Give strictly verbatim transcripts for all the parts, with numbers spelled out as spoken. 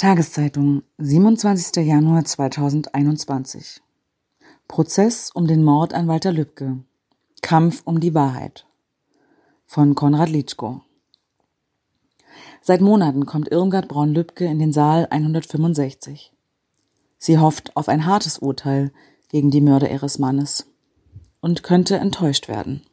Tageszeitung, siebenundzwanzigster Januar zweitausendeinundzwanzig. Prozess um den Mord an Walter Lübcke. Kampf um die Wahrheit. Von Konrad Litschko. Seit Monaten kommt Irmgard Braun-Lübcke in den Saal hundertfünfundsechzig. Sie hofft auf ein hartes Urteil gegen die Mörder ihres Mannes und könnte enttäuscht werden.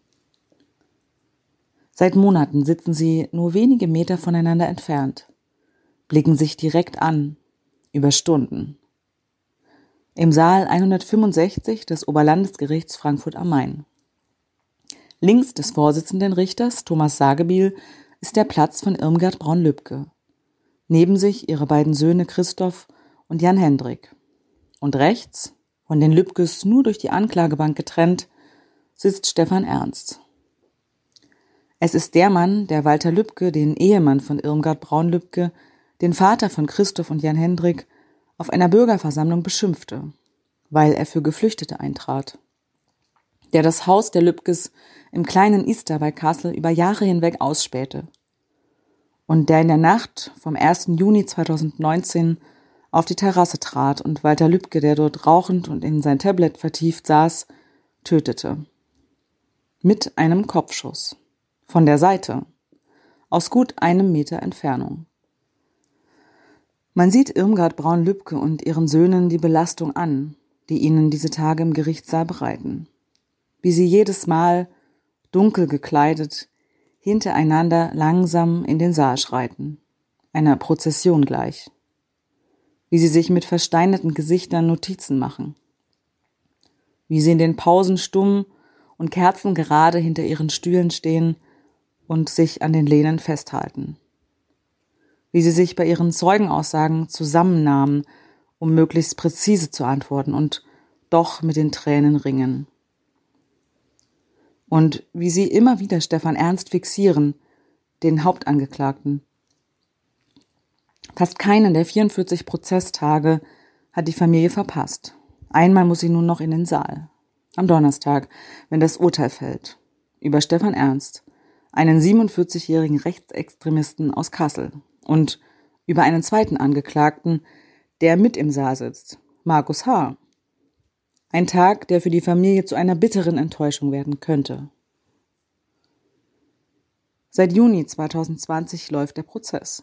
Seit Monaten sitzen sie nur wenige Meter voneinander entfernt, blicken sich direkt an, über Stunden. Im Saal hundertfünfundsechzig des Oberlandesgerichts Frankfurt am Main. Links des Vorsitzenden Richters, Thomas Sagebiel, ist der Platz von Irmgard Braun-Lübcke. Neben sich ihre beiden Söhne Christoph und Jan Hendrik. Und rechts, von den Lübkes nur durch die Anklagebank getrennt, sitzt Stefan Ernst. Es ist der Mann, der Walter Lübcke, den Ehemann von Irmgard Braun-Lübcke, den Vater von Christoph und Jan Hendrik, auf einer Bürgerversammlung beschimpfte, weil er für Geflüchtete eintrat. Der das Haus der Lübkes im kleinen Ista bei Kassel über Jahre hinweg ausspähte. Und der in der Nacht vom ersten Juni zweitausendneunzehn auf die Terrasse trat und Walter Lübcke, der dort rauchend und in sein Tablet vertieft saß, tötete. Mit einem Kopfschuss. Von der Seite. Aus gut einem Meter Entfernung. Man sieht Irmgard Braun-Lübcke und ihren Söhnen die Belastung an, die ihnen diese Tage im Gerichtssaal bereiten. Wie sie jedes Mal, dunkel gekleidet, hintereinander langsam in den Saal schreiten, einer Prozession gleich. Wie sie sich mit versteinerten Gesichtern Notizen machen. Wie sie in den Pausen stumm und kerzengerade hinter ihren Stühlen stehen und sich an den Lehnen festhalten. Wie sie sich bei ihren Zeugenaussagen zusammennahmen, um möglichst präzise zu antworten und doch mit den Tränen ringen. Und wie sie immer wieder Stefan Ernst fixieren, den Hauptangeklagten. Fast keinen der vierundvierzig Prozesstage hat die Familie verpasst. Einmal muss sie nun noch in den Saal. Am Donnerstag, wenn das Urteil fällt. Über Stefan Ernst, einen siebenundvierzigjährigen Rechtsextremisten aus Kassel. Und über einen zweiten Angeklagten, der mit im Saal sitzt, Markus H. Ein Tag, der für die Familie zu einer bitteren Enttäuschung werden könnte. Seit Juni zweitausendzwanzig läuft der Prozess.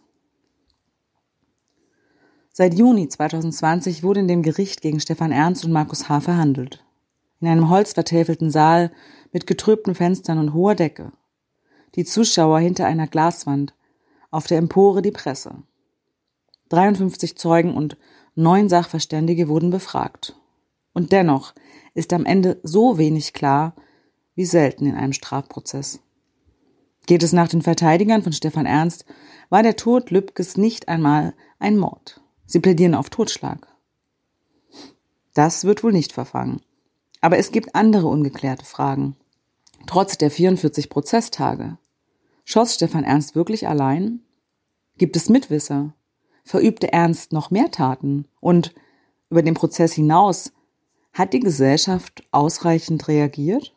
Seit Juni zweitausendzwanzig wurde in dem Gericht gegen Stefan Ernst und Markus H. verhandelt. In einem holzvertäfelten Saal mit getrübten Fenstern und hoher Decke. Die Zuschauer hinter einer Glaswand, auf der Empore die Presse. dreiundfünfzig Zeugen und neun Sachverständige wurden befragt. Und dennoch ist am Ende so wenig klar, wie selten in einem Strafprozess. Geht es nach den Verteidigern von Stefan Ernst, war der Tod Lübkes nicht einmal ein Mord. Sie plädieren auf Totschlag. Das wird wohl nicht verfangen. Aber es gibt andere ungeklärte Fragen. Trotz der vierundvierzig Prozesstage. Schoss Stefan Ernst wirklich allein? Gibt es Mitwisser? Verübte Ernst noch mehr Taten? Und über den Prozess hinaus, hat die Gesellschaft ausreichend reagiert?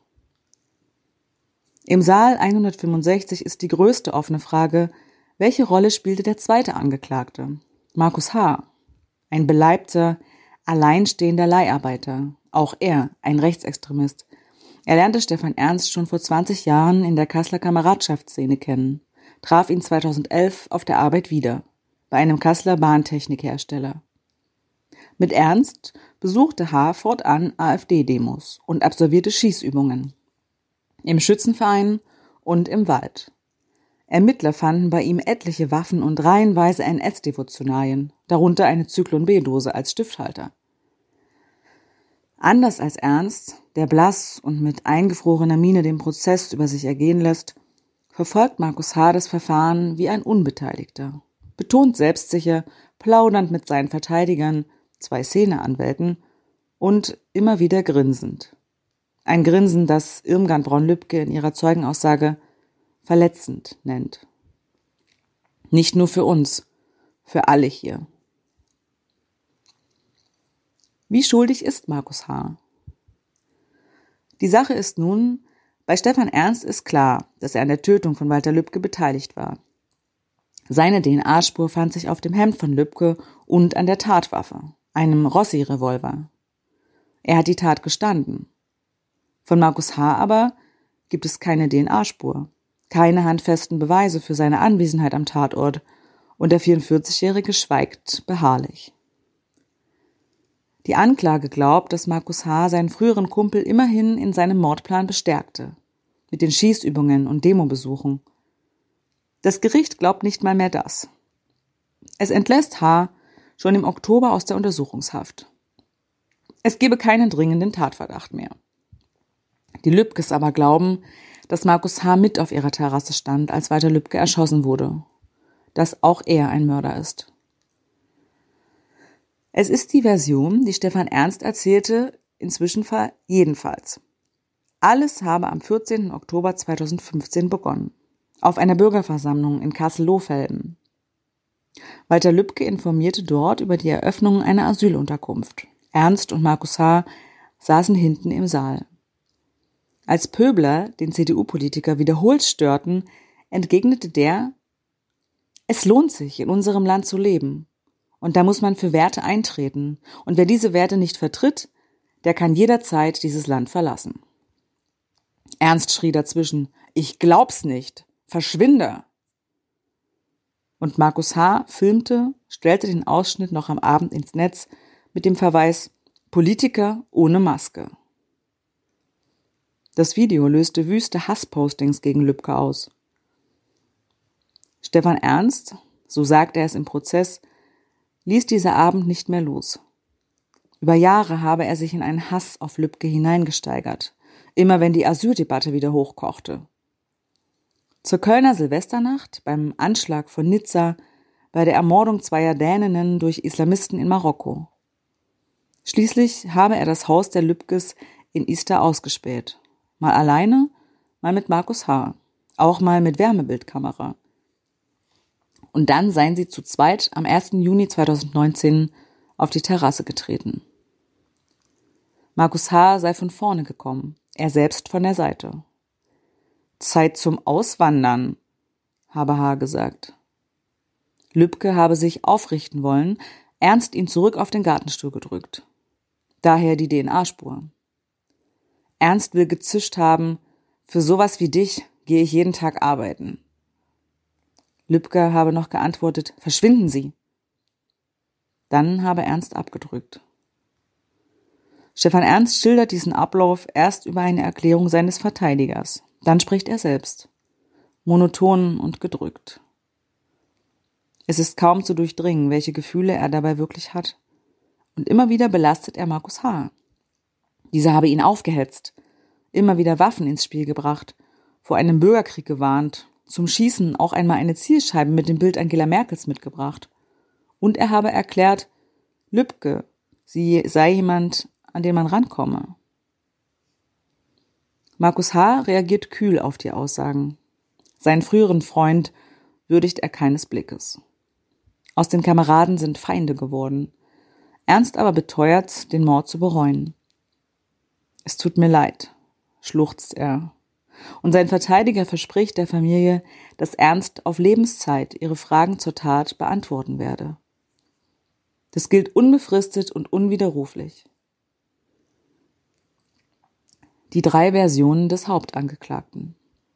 Im Saal hundertfünfundsechzig ist die größte offene Frage, welche Rolle spielte der zweite Angeklagte, Markus H., ein beleibter, alleinstehender Leiharbeiter, auch er ein Rechtsextremist. Er lernte Stefan Ernst schon vor zwanzig Jahren in der Kasseler Kameradschaftsszene kennen, traf ihn zweitausendelf auf der Arbeit wieder, bei einem Kasseler Bahntechnikhersteller. Mit Ernst besuchte H. fortan AfD-Demos und absolvierte Schießübungen. Im Schützenverein und im Wald. Ermittler fanden bei ihm etliche Waffen und reihenweise N S-Devotionalien, darunter eine Zyklon-B-Dose als Stifthalter. Anders als Ernst, der blass und mit eingefrorener Miene den Prozess über sich ergehen lässt, verfolgt Markus H. das Verfahren wie ein Unbeteiligter, betont selbstsicher, plaudernd mit seinen Verteidigern, zwei Szeneanwälten und immer wieder grinsend. Ein Grinsen, das Irmgard Braun-Lübcke in ihrer Zeugenaussage verletzend nennt. Nicht nur für uns, für alle hier. Wie schuldig ist Markus H.? Die Sache ist nun, bei Stefan Ernst ist klar, dass er an der Tötung von Walter Lübcke beteiligt war. Seine D N A-Spur fand sich auf dem Hemd von Lübke und an der Tatwaffe, einem Rossi-Revolver. Er hat die Tat gestanden. Von Markus H. aber gibt es keine D N A-Spur, keine handfesten Beweise für seine Anwesenheit am Tatort und der vierundvierzigjährige schweigt beharrlich. Die Anklage glaubt, dass Markus H. seinen früheren Kumpel immerhin in seinem Mordplan bestärkte, mit den Schießübungen und Demobesuchen. Das Gericht glaubt nicht mal mehr das. Es entlässt H. schon im Oktober aus der Untersuchungshaft. Es gebe keinen dringenden Tatverdacht mehr. Die Lübkes aber glauben, dass Markus H. mit auf ihrer Terrasse stand, als Walter Lübke erschossen wurde. Dass auch er ein Mörder ist. Es ist die Version, die Stefan Ernst erzählte, inzwischen jedenfalls. Alles habe am vierzehnten Oktober zweitausendfünfzehn begonnen. Auf einer Bürgerversammlung in Kassel-Lohfelden. Walter Lübke informierte dort über die Eröffnung einer Asylunterkunft. Ernst und Markus H. saßen hinten im Saal. Als Pöbler den C D U-Politiker wiederholt störten, entgegnete der: Es lohnt sich, in unserem Land zu leben. Und da muss man für Werte eintreten. Und wer diese Werte nicht vertritt, der kann jederzeit dieses Land verlassen. Ernst schrie dazwischen: Ich glaub's nicht! Verschwinde! Und Markus H. filmte, stellte den Ausschnitt noch am Abend ins Netz mit dem Verweis: Politiker ohne Maske. Das Video löste wüste Hasspostings gegen Lübke aus. Stefan Ernst, so sagt er es im Prozess, ließ dieser Abend nicht mehr los. Über Jahre habe er sich in einen Hass auf Lübke hineingesteigert, immer wenn die Asyldebatte wieder hochkochte. Zur Kölner Silvesternacht, beim Anschlag von Nizza, bei der Ermordung zweier Däninnen durch Islamisten in Marokko. Schließlich habe er das Haus der Lübkes in Istar ausgespäht. Mal alleine, mal mit Markus H., auch mal mit Wärmebildkamera. Und dann seien sie zu zweit am ersten Juni zweitausendneunzehn auf die Terrasse getreten. Markus H. sei von vorne gekommen, er selbst von der Seite. Zeit zum Auswandern, habe H. gesagt. Lübke habe sich aufrichten wollen, Ernst ihn zurück auf den Gartenstuhl gedrückt. Daher die D N A-Spur. Ernst will gezischt haben: Für sowas wie dich gehe ich jeden Tag arbeiten. Lübke habe noch geantwortet: Verschwinden Sie! Dann habe Ernst abgedrückt. Stefan Ernst schildert diesen Ablauf erst über eine Erklärung seines Verteidigers. Dann spricht er selbst. Monoton und gedrückt. Es ist kaum zu durchdringen, welche Gefühle er dabei wirklich hat. Und immer wieder belastet er Markus H. Dieser habe ihn aufgehetzt, immer wieder Waffen ins Spiel gebracht, vor einem Bürgerkrieg gewarnt, zum Schießen auch einmal eine Zielscheibe mit dem Bild Angela Merkels mitgebracht. Und er habe erklärt, Lübke, sie sei jemand, an den man rankomme. Markus H. reagiert kühl auf die Aussagen. Seinen früheren Freund würdigt er keines Blickes. Aus den Kameraden sind Feinde geworden. Ernst aber beteuert, den Mord zu bereuen. Es tut mir leid, schluchzt er. Und sein Verteidiger verspricht der Familie, dass Ernst auf Lebenszeit ihre Fragen zur Tat beantworten werde. Das gilt unbefristet und unwiderruflich. Die drei Versionen des Hauptangeklagten.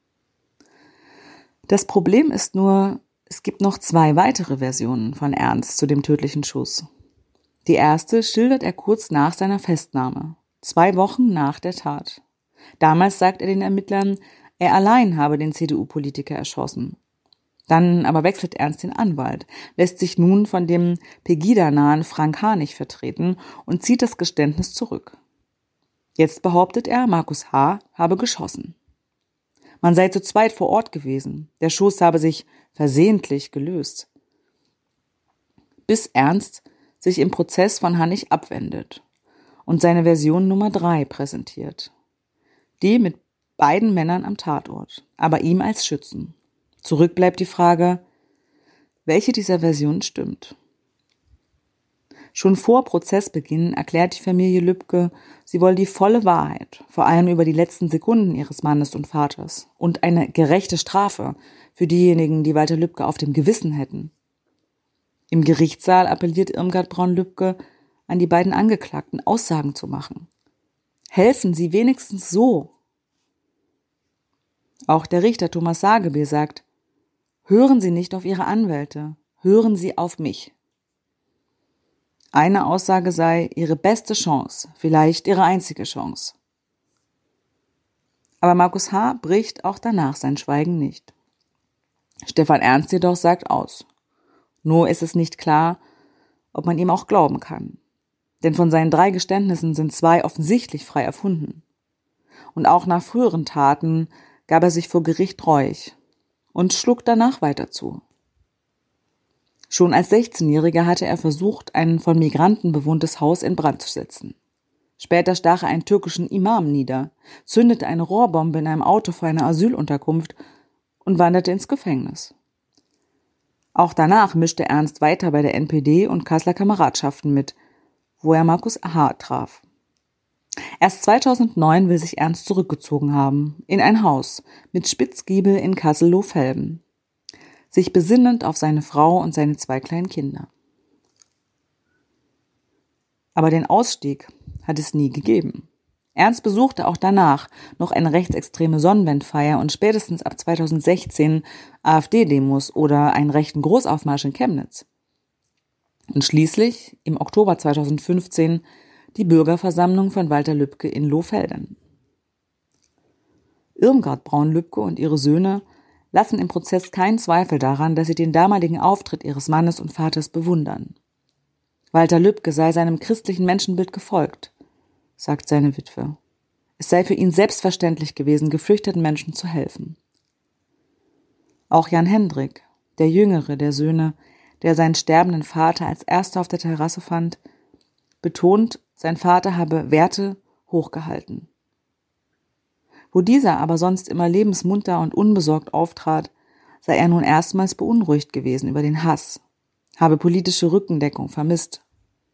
Das Problem ist nur, es gibt noch zwei weitere Versionen von Ernst zu dem tödlichen Schuss. Die erste schildert er kurz nach seiner Festnahme, zwei Wochen nach der Tat. Damals sagt er den Ermittlern, er allein habe den C D U-Politiker erschossen. Dann aber wechselt Ernst den Anwalt, lässt sich nun von dem Pegida-nahen Frank Harnig vertreten und zieht das Geständnis zurück. Jetzt behauptet er, Markus H. habe geschossen. Man sei zu zweit vor Ort gewesen. Der Schuss habe sich versehentlich gelöst. Bis Ernst sich im Prozess von Harnig abwendet und seine Version Nummer drei präsentiert. Die mit beiden Männern am Tatort, aber ihm als Schützen. Zurück bleibt die Frage, welche dieser Versionen stimmt. Schon vor Prozessbeginn erklärt die Familie Lübke, sie wolle die volle Wahrheit, vor allem über die letzten Sekunden ihres Mannes und Vaters, und eine gerechte Strafe für diejenigen, die Walter Lübke auf dem Gewissen hätten. Im Gerichtssaal appelliert Irmgard Braun-Lübke an die beiden Angeklagten, Aussagen zu machen. Helfen Sie wenigstens so. Auch der Richter Thomas Sagebiel sagt, hören Sie nicht auf Ihre Anwälte, hören Sie auf mich. Eine Aussage sei ihre beste Chance, vielleicht ihre einzige Chance. Aber Markus H. bricht auch danach sein Schweigen nicht. Stefan Ernst jedoch sagt aus. Nur ist es nicht klar, ob man ihm auch glauben kann. Denn von seinen drei Geständnissen sind zwei offensichtlich frei erfunden. Und auch nach früheren Taten gab er sich vor Gericht reuig und schlug danach weiter zu. Schon als sechzehnjähriger hatte er versucht, ein von Migranten bewohntes Haus in Brand zu setzen. Später stach er einen türkischen Imam nieder, zündete eine Rohrbombe in einem Auto vor einer Asylunterkunft und wanderte ins Gefängnis. Auch danach mischte Ernst weiter bei der N P D und Kasseler Kameradschaften mit, wo er Markus H. traf. Erst zweitausendneun will sich Ernst zurückgezogen haben, in ein Haus mit Spitzgiebel in Kassel-Lohfelden, sich besinnend auf seine Frau und seine zwei kleinen Kinder. Aber den Ausstieg hat es nie gegeben. Ernst besuchte auch danach noch eine rechtsextreme Sonnenwendfeier und spätestens ab zweitausendsechzehn AfD-Demos oder einen rechten Großaufmarsch in Chemnitz. Und schließlich im Oktober zweitausendfünfzehn die Bürgerversammlung von Walter Lübke in Lohfelden. Irmgard Braun-Lübke und ihre Söhne lassen im Prozess keinen Zweifel daran, dass sie den damaligen Auftritt ihres Mannes und Vaters bewundern. Walter Lübke sei seinem christlichen Menschenbild gefolgt, sagt seine Witwe. Es sei für ihn selbstverständlich gewesen, geflüchteten Menschen zu helfen. Auch Jan Hendrik, der jüngere der Söhne, der seinen sterbenden Vater als erster auf der Terrasse fand, betont, sein Vater habe Werte hochgehalten. Wo dieser aber sonst immer lebensmunter und unbesorgt auftrat, sei er nun erstmals beunruhigt gewesen über den Hass, habe politische Rückendeckung vermisst.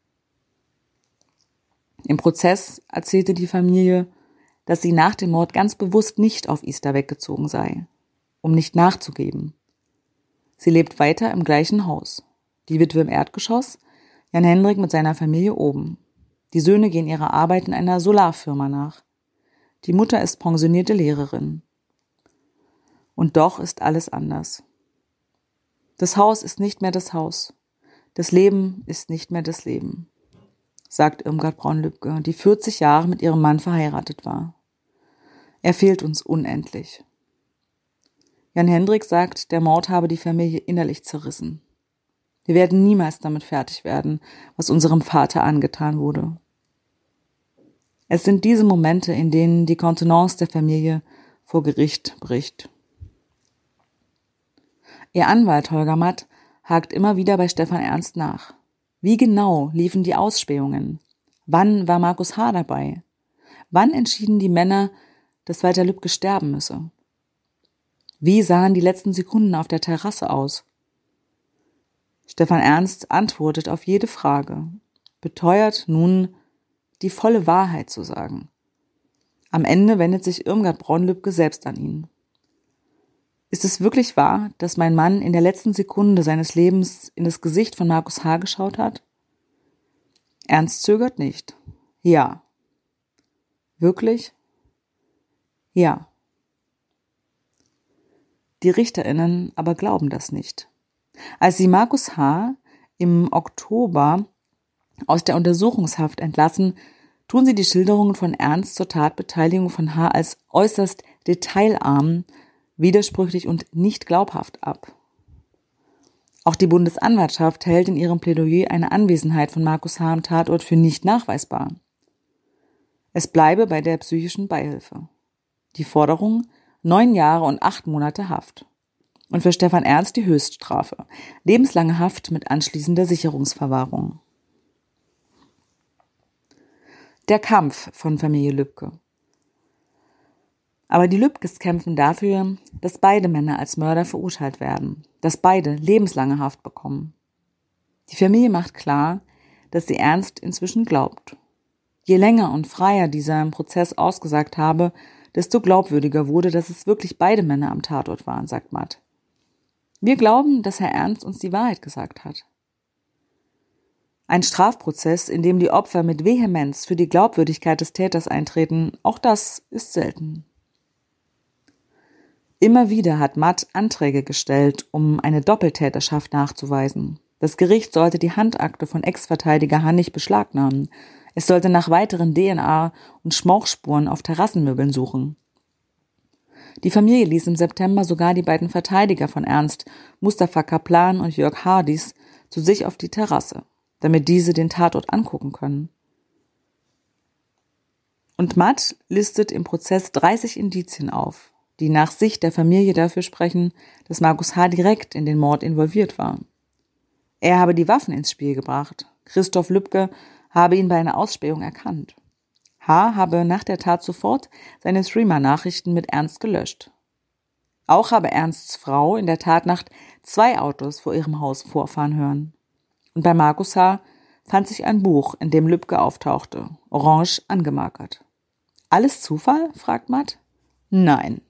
Im Prozess erzählte die Familie, dass sie nach dem Mord ganz bewusst nicht auf Isar weggezogen sei, um nicht nachzugeben. Sie lebt weiter im gleichen Haus, die Witwe im Erdgeschoss, Jan Hendrik mit seiner Familie oben. Die Söhne gehen ihrer Arbeit in einer Solarfirma nach. Die Mutter ist pensionierte Lehrerin. Und doch ist alles anders. Das Haus ist nicht mehr das Haus. Das Leben ist nicht mehr das Leben, sagt Irmgard Braun-Lübke, die vierzig Jahre mit ihrem Mann verheiratet war. Er fehlt uns unendlich. Jan Hendrik sagt, der Mord habe die Familie innerlich zerrissen. Wir werden niemals damit fertig werden, was unserem Vater angetan wurde. Es sind diese Momente, in denen die Kontenance der Familie vor Gericht bricht. Ihr Anwalt Holger Matt hakt immer wieder bei Stefan Ernst nach. Wie genau liefen die Ausspähungen? Wann war Markus H. dabei? Wann entschieden die Männer, dass Walter Lübke sterben müsse? Wie sahen die letzten Sekunden auf der Terrasse aus? Stefan Ernst antwortet auf jede Frage, beteuert nun, die volle Wahrheit zu sagen. Am Ende wendet sich Irmgard Braun-Lübke selbst an ihn. Ist es wirklich wahr, dass mein Mann in der letzten Sekunde seines Lebens in das Gesicht von Markus H. geschaut hat? Ernst zögert nicht. Ja. Wirklich? Ja. Die RichterInnen aber glauben das nicht. Als sie Markus H. im Oktober aus der Untersuchungshaft entlassen, tun sie die Schilderungen von Ernst zur Tatbeteiligung von H. als äußerst detailarm, widersprüchlich und nicht glaubhaft ab. Auch die Bundesanwaltschaft hält in ihrem Plädoyer eine Anwesenheit von Markus H. am Tatort für nicht nachweisbar. Es bleibe bei der psychischen Beihilfe. Die Forderung neun Jahre und acht Monate Haft. Und für Stefan Ernst die Höchststrafe, lebenslange Haft mit anschließender Sicherungsverwahrung. Der Kampf von Familie Lübke. Aber die Lübkes kämpfen dafür, dass beide Männer als Mörder verurteilt werden, dass beide lebenslange Haft bekommen. Die Familie macht klar, dass sie Ernst inzwischen glaubt. Je länger und freier dieser im Prozess ausgesagt habe, desto glaubwürdiger wurde, dass es wirklich beide Männer am Tatort waren, sagt Matt. Wir glauben, dass Herr Ernst uns die Wahrheit gesagt hat. Ein Strafprozess, in dem die Opfer mit Vehemenz für die Glaubwürdigkeit des Täters eintreten, auch das ist selten. Immer wieder hat Matt Anträge gestellt, um eine Doppeltäterschaft nachzuweisen. Das Gericht sollte die Handakte von Ex-Verteidiger Hannig beschlagnahmen. Es sollte nach weiteren D N A- und Schmauchspuren auf Terrassenmöbeln suchen. Die Familie ließ im September sogar die beiden Verteidiger von Ernst, Mustafa Kaplan und Jörg Hardis, zu sich auf die Terrasse, damit diese den Tatort angucken können. Und Matt listet im Prozess dreißig Indizien auf, die nach Sicht der Familie dafür sprechen, dass Markus H. direkt in den Mord involviert war. Er habe die Waffen ins Spiel gebracht. Christoph Lübke habe ihn bei einer Ausspähung erkannt. H. habe nach der Tat sofort seine Streamer-Nachrichten mit Ernst gelöscht. Auch habe Ernsts Frau in der Tatnacht zwei Autos vor ihrem Haus vorfahren hören. Und bei Markus H. fand sich ein Buch, in dem Lübke auftauchte, orange angemarkert. Alles Zufall? Fragt Matt. Nein.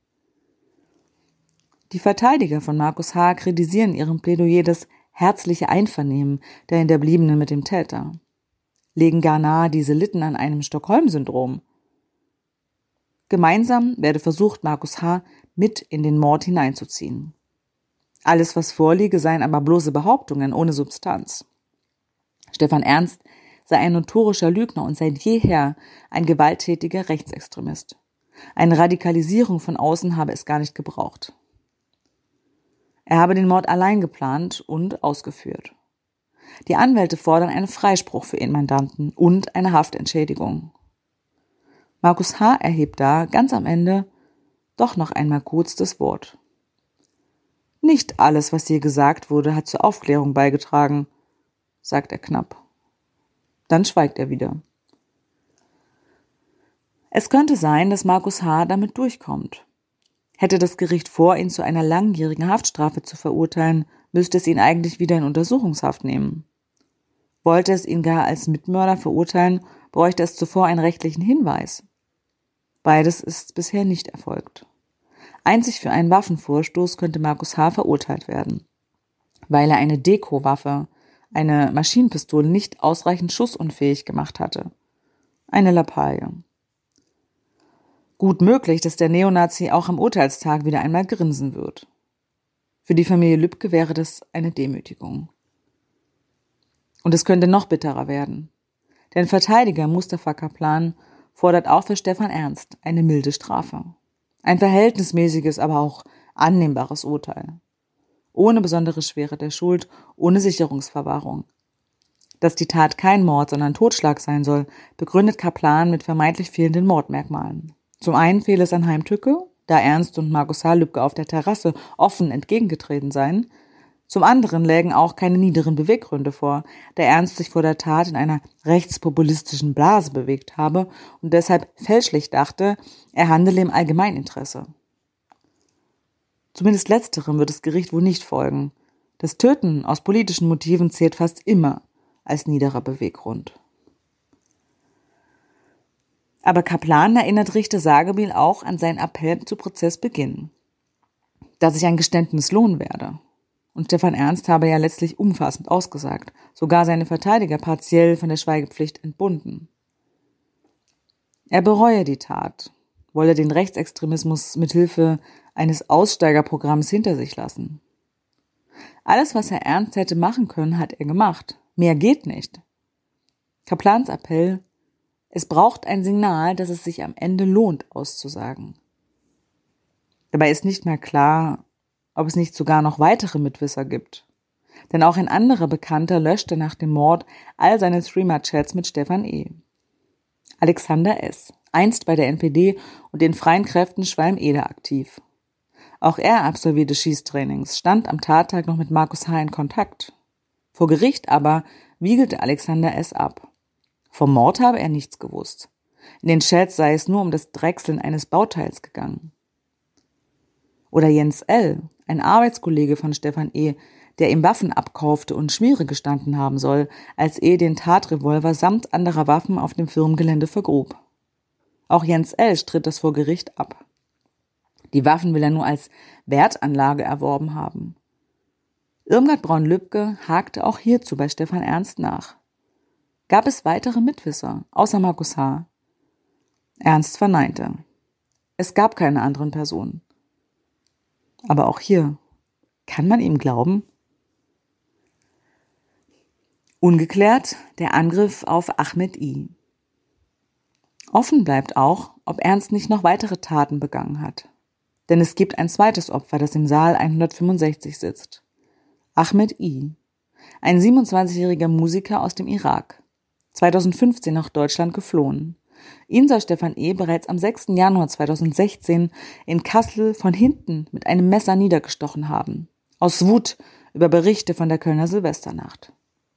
Die Verteidiger von Markus H. kritisieren in ihrem Plädoyer das herzliche Einvernehmen der Hinterbliebenen mit dem Täter. Legen gar nahe, diese litten an einem Stockholm-Syndrom. Gemeinsam werde versucht, Markus H. mit in den Mord hineinzuziehen. Alles, was vorliege, seien aber bloße Behauptungen ohne Substanz. Stefan Ernst sei ein notorischer Lügner und seit jeher ein gewalttätiger Rechtsextremist. Eine Radikalisierung von außen habe es gar nicht gebraucht. Er habe den Mord allein geplant und ausgeführt. Die Anwälte fordern einen Freispruch für ihren Mandanten und eine Haftentschädigung. Markus H. erhebt da ganz am Ende doch noch einmal kurz das Wort. Nicht alles, was hier gesagt wurde, hat zur Aufklärung beigetragen, sagt er knapp. Dann schweigt er wieder. Es könnte sein, dass Markus H. damit durchkommt. Hätte das Gericht vor, ihn zu einer langjährigen Haftstrafe zu verurteilen, müsste es ihn eigentlich wieder in Untersuchungshaft nehmen. Wollte es ihn gar als Mitmörder verurteilen, bräuchte es zuvor einen rechtlichen Hinweis. Beides ist bisher nicht erfolgt. Einzig für einen Waffenvorstoß könnte Markus H. verurteilt werden, weil er eine Dekowaffe, eine Maschinenpistole, nicht ausreichend schussunfähig gemacht hatte. Eine Lappalie. Gut möglich, dass der Neonazi auch am Urteilstag wieder einmal grinsen wird. Für die Familie Lübke wäre das eine Demütigung. Und es könnte noch bitterer werden. Denn Verteidiger Mustafa Kaplan fordert auch für Stefan Ernst eine milde Strafe. Ein verhältnismäßiges, aber auch annehmbares Urteil. Ohne besondere Schwere der Schuld, ohne Sicherungsverwahrung. Dass die Tat kein Mord, sondern Totschlag sein soll, begründet Kaplan mit vermeintlich fehlenden Mordmerkmalen. Zum einen fehle es an Heimtücke, da Ernst und Markus H. Lübke auf der Terrasse offen entgegengetreten seien. Zum anderen lägen auch keine niederen Beweggründe vor, da Ernst sich vor der Tat in einer rechtspopulistischen Blase bewegt habe und deshalb fälschlich dachte, er handele im Allgemeininteresse. Zumindest letzterem wird das Gericht wohl nicht folgen. Das Töten aus politischen Motiven zählt fast immer als niederer Beweggrund. Aber Kaplan erinnert Richter Sagebiel auch an seinen Appell zu Prozessbeginn, dass sich ein Geständnis lohnen werde. Und Stefan Ernst habe ja letztlich umfassend ausgesagt, sogar seine Verteidiger partiell von der Schweigepflicht entbunden. Er bereue die Tat, wolle den Rechtsextremismus mithilfe eines Aussteigerprogramms hinter sich lassen. Alles, was Herr Ernst hätte machen können, hat er gemacht. Mehr geht nicht. Kaplans Appell: Es braucht ein Signal, dass es sich am Ende lohnt, auszusagen. Dabei ist nicht mehr klar, ob es nicht sogar noch weitere Mitwisser gibt. Denn auch ein anderer Bekannter löschte nach dem Mord all seine Streamer-Chats mit Stefan E. Alexander S., einst bei der N P D und den Freien Kräften Schwalm-Eder aktiv. Auch er absolvierte Schießtrainings, stand am Tattag noch mit Markus H. in Kontakt. Vor Gericht aber wiegelte Alexander S. ab. Vom Mord habe er nichts gewusst. In den Chats sei es nur um das Drechseln eines Bauteils gegangen. Oder Jens L., ein Arbeitskollege von Stefan E., der ihm Waffen abkaufte und Schmiere gestanden haben soll, als er den Tatrevolver samt anderer Waffen auf dem Firmengelände vergrub. Auch Jens L. stritt das vor Gericht ab. Die Waffen will er nur als Wertanlage erworben haben. Irmgard Braun-Lübke hakte auch hierzu bei Stefan Ernst nach. Gab es weitere Mitwisser, außer Markus H.? Ernst verneinte. Es gab keine anderen Personen. Aber auch hier, kann man ihm glauben? Ungeklärt der Angriff auf Ahmed I. Offen bleibt auch, ob Ernst nicht noch weitere Taten begangen hat. Denn es gibt ein zweites Opfer, das im Saal hundertfünfundsechzig sitzt. Ahmed I., ein siebenundzwanzigjähriger Musiker aus dem Irak, zweitausendfünfzehn nach Deutschland geflohen. Ihn soll Stefan E. bereits am sechsten Januar zweitausendsechzehn in Kassel von hinten mit einem Messer niedergestochen haben, aus Wut über Berichte von der Kölner Silvesternacht.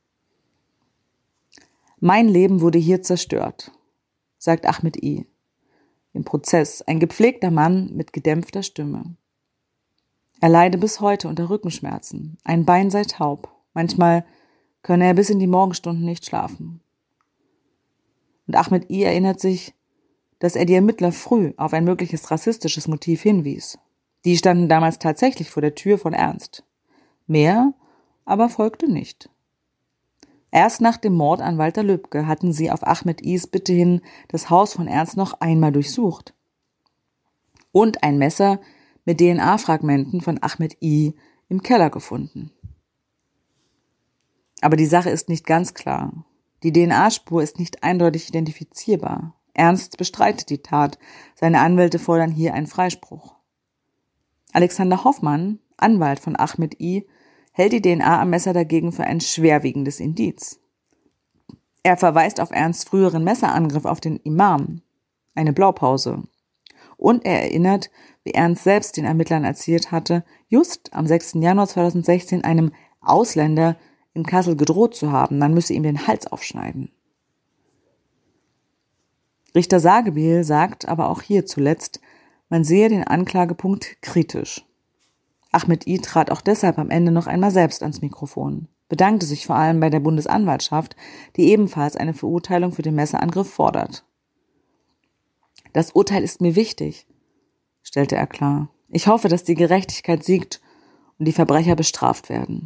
Mein Leben wurde hier zerstört, sagt Ahmed I. im Prozess, ein gepflegter Mann mit gedämpfter Stimme. Er leide bis heute unter Rückenschmerzen, ein Bein sei taub, manchmal könne er bis in die Morgenstunden nicht schlafen. Und Ahmed I. erinnert sich, dass er die Ermittler früh auf ein mögliches rassistisches Motiv hinwies. Die standen damals tatsächlich vor der Tür von Ernst. Mehr aber folgte nicht. Erst nach dem Mord an Walter Lübcke hatten sie auf Ahmed I.s Bitte hin das Haus von Ernst noch einmal durchsucht. Und ein Messer mit D N A-Fragmenten von Ahmed I. im Keller gefunden. Aber die Sache ist nicht ganz klar. Die D N A-Spur ist nicht eindeutig identifizierbar. Ernst bestreitet die Tat. Seine Anwälte fordern hier einen Freispruch. Alexander Hoffmann, Anwalt von Ahmed I., hält die D N A am Messer dagegen für ein schwerwiegendes Indiz. Er verweist auf Ernsts früheren Messerangriff auf den Imam, eine Blaupause. Und er erinnert, wie Ernst selbst den Ermittlern erzählt hatte, just am sechsten Januar zweitausendsechzehn einem Ausländer in Kassel gedroht zu haben, man müsse ihm den Hals aufschneiden. Richter Sagebiel sagt aber auch hier zuletzt, man sehe den Anklagepunkt kritisch. Ahmed I. trat auch deshalb am Ende noch einmal selbst ans Mikrofon, bedankte sich vor allem bei der Bundesanwaltschaft, die ebenfalls eine Verurteilung für den Messerangriff fordert. Das Urteil ist mir wichtig, stellte er klar. Ich hoffe, dass die Gerechtigkeit siegt und die Verbrecher bestraft werden.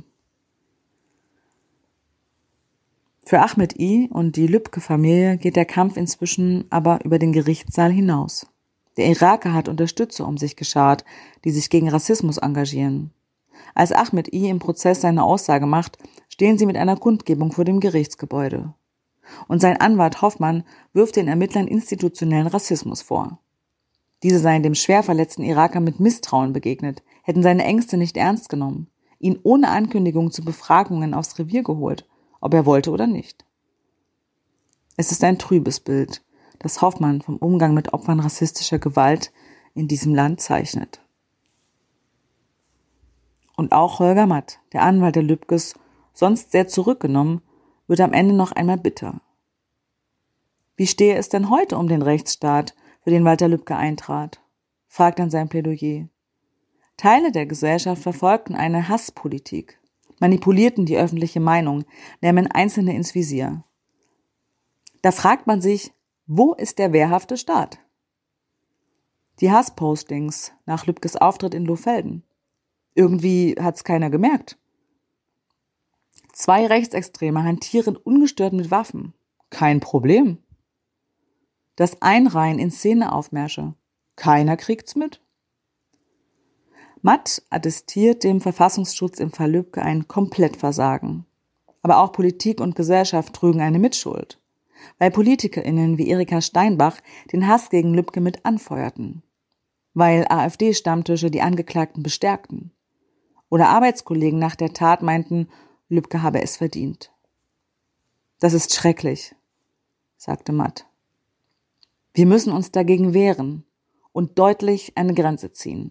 Für Ahmed I. und die Lübcke-Familie geht der Kampf inzwischen aber über den Gerichtssaal hinaus. Der Iraker hat Unterstützer um sich geschart, die sich gegen Rassismus engagieren. Als Ahmed I. im Prozess seine Aussage macht, stehen sie mit einer Kundgebung vor dem Gerichtsgebäude. Und sein Anwalt Hoffmann wirft den Ermittlern institutionellen Rassismus vor. Diese seien dem schwer verletzten Iraker mit Misstrauen begegnet, hätten seine Ängste nicht ernst genommen, ihn ohne Ankündigung zu Befragungen aufs Revier geholt, ob er wollte oder nicht. Es ist ein trübes Bild, das Hoffmann vom Umgang mit Opfern rassistischer Gewalt in diesem Land zeichnet. Und auch Holger Matt, der Anwalt der Lübkes, sonst sehr zurückgenommen, wird am Ende noch einmal bitter. Wie stehe es denn heute um den Rechtsstaat, für den Walter Lübcke eintrat? Fragt dann sein Plädoyer. Teile der Gesellschaft verfolgten eine Hasspolitik, manipulierten die öffentliche Meinung, nahmen Einzelne ins Visier. Da fragt man sich, wo ist der wehrhafte Staat? Die Hasspostings nach Lübkes Auftritt in Lohfelden. Irgendwie hat's keiner gemerkt. Zwei Rechtsextreme hantieren ungestört mit Waffen. Kein Problem. Das Einreihen in Szeneaufmärsche. Keiner kriegt's mit. Matt attestiert dem Verfassungsschutz im Fall Lübcke ein Komplettversagen. Aber auch Politik und Gesellschaft trügen eine Mitschuld, weil PolitikerInnen wie Erika Steinbach den Hass gegen Lübcke mit anfeuerten, weil AfD-Stammtische die Angeklagten bestärkten oder Arbeitskollegen nach der Tat meinten, Lübcke habe es verdient. Das ist schrecklich, sagte Matt. Wir müssen uns dagegen wehren und deutlich eine Grenze ziehen.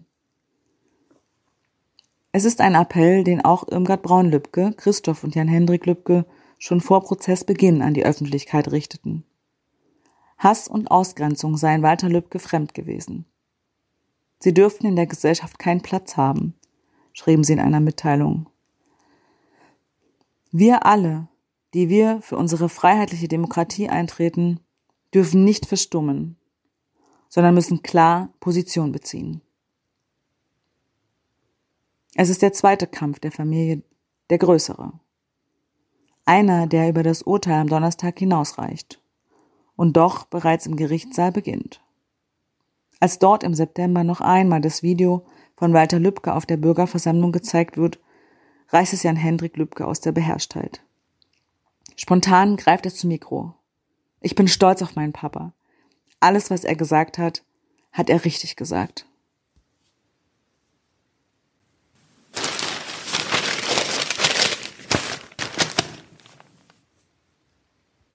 Es ist ein Appell, den auch Irmgard Braun-Lübcke, Christoph und Jan-Hendrik Lübcke schon vor Prozessbeginn an die Öffentlichkeit richteten. Hass und Ausgrenzung seien Walter Lübcke fremd gewesen. Sie dürften in der Gesellschaft keinen Platz haben, schrieben sie in einer Mitteilung. Wir alle, die wir für unsere freiheitliche Demokratie eintreten, dürfen nicht verstummen, sondern müssen klar Position beziehen. Es ist der zweite Kampf der Familie, der größere. Einer, der über das Urteil am Donnerstag hinausreicht und doch bereits im Gerichtssaal beginnt. Als dort im September noch einmal das Video von Walter Lübcke auf der Bürgerversammlung gezeigt wird, reißt es Jan-Hendrik Lübcke aus der Beherrschtheit. Spontan greift er zum Mikro. Ich bin stolz auf meinen Papa. Alles, was er gesagt hat, hat er richtig gesagt.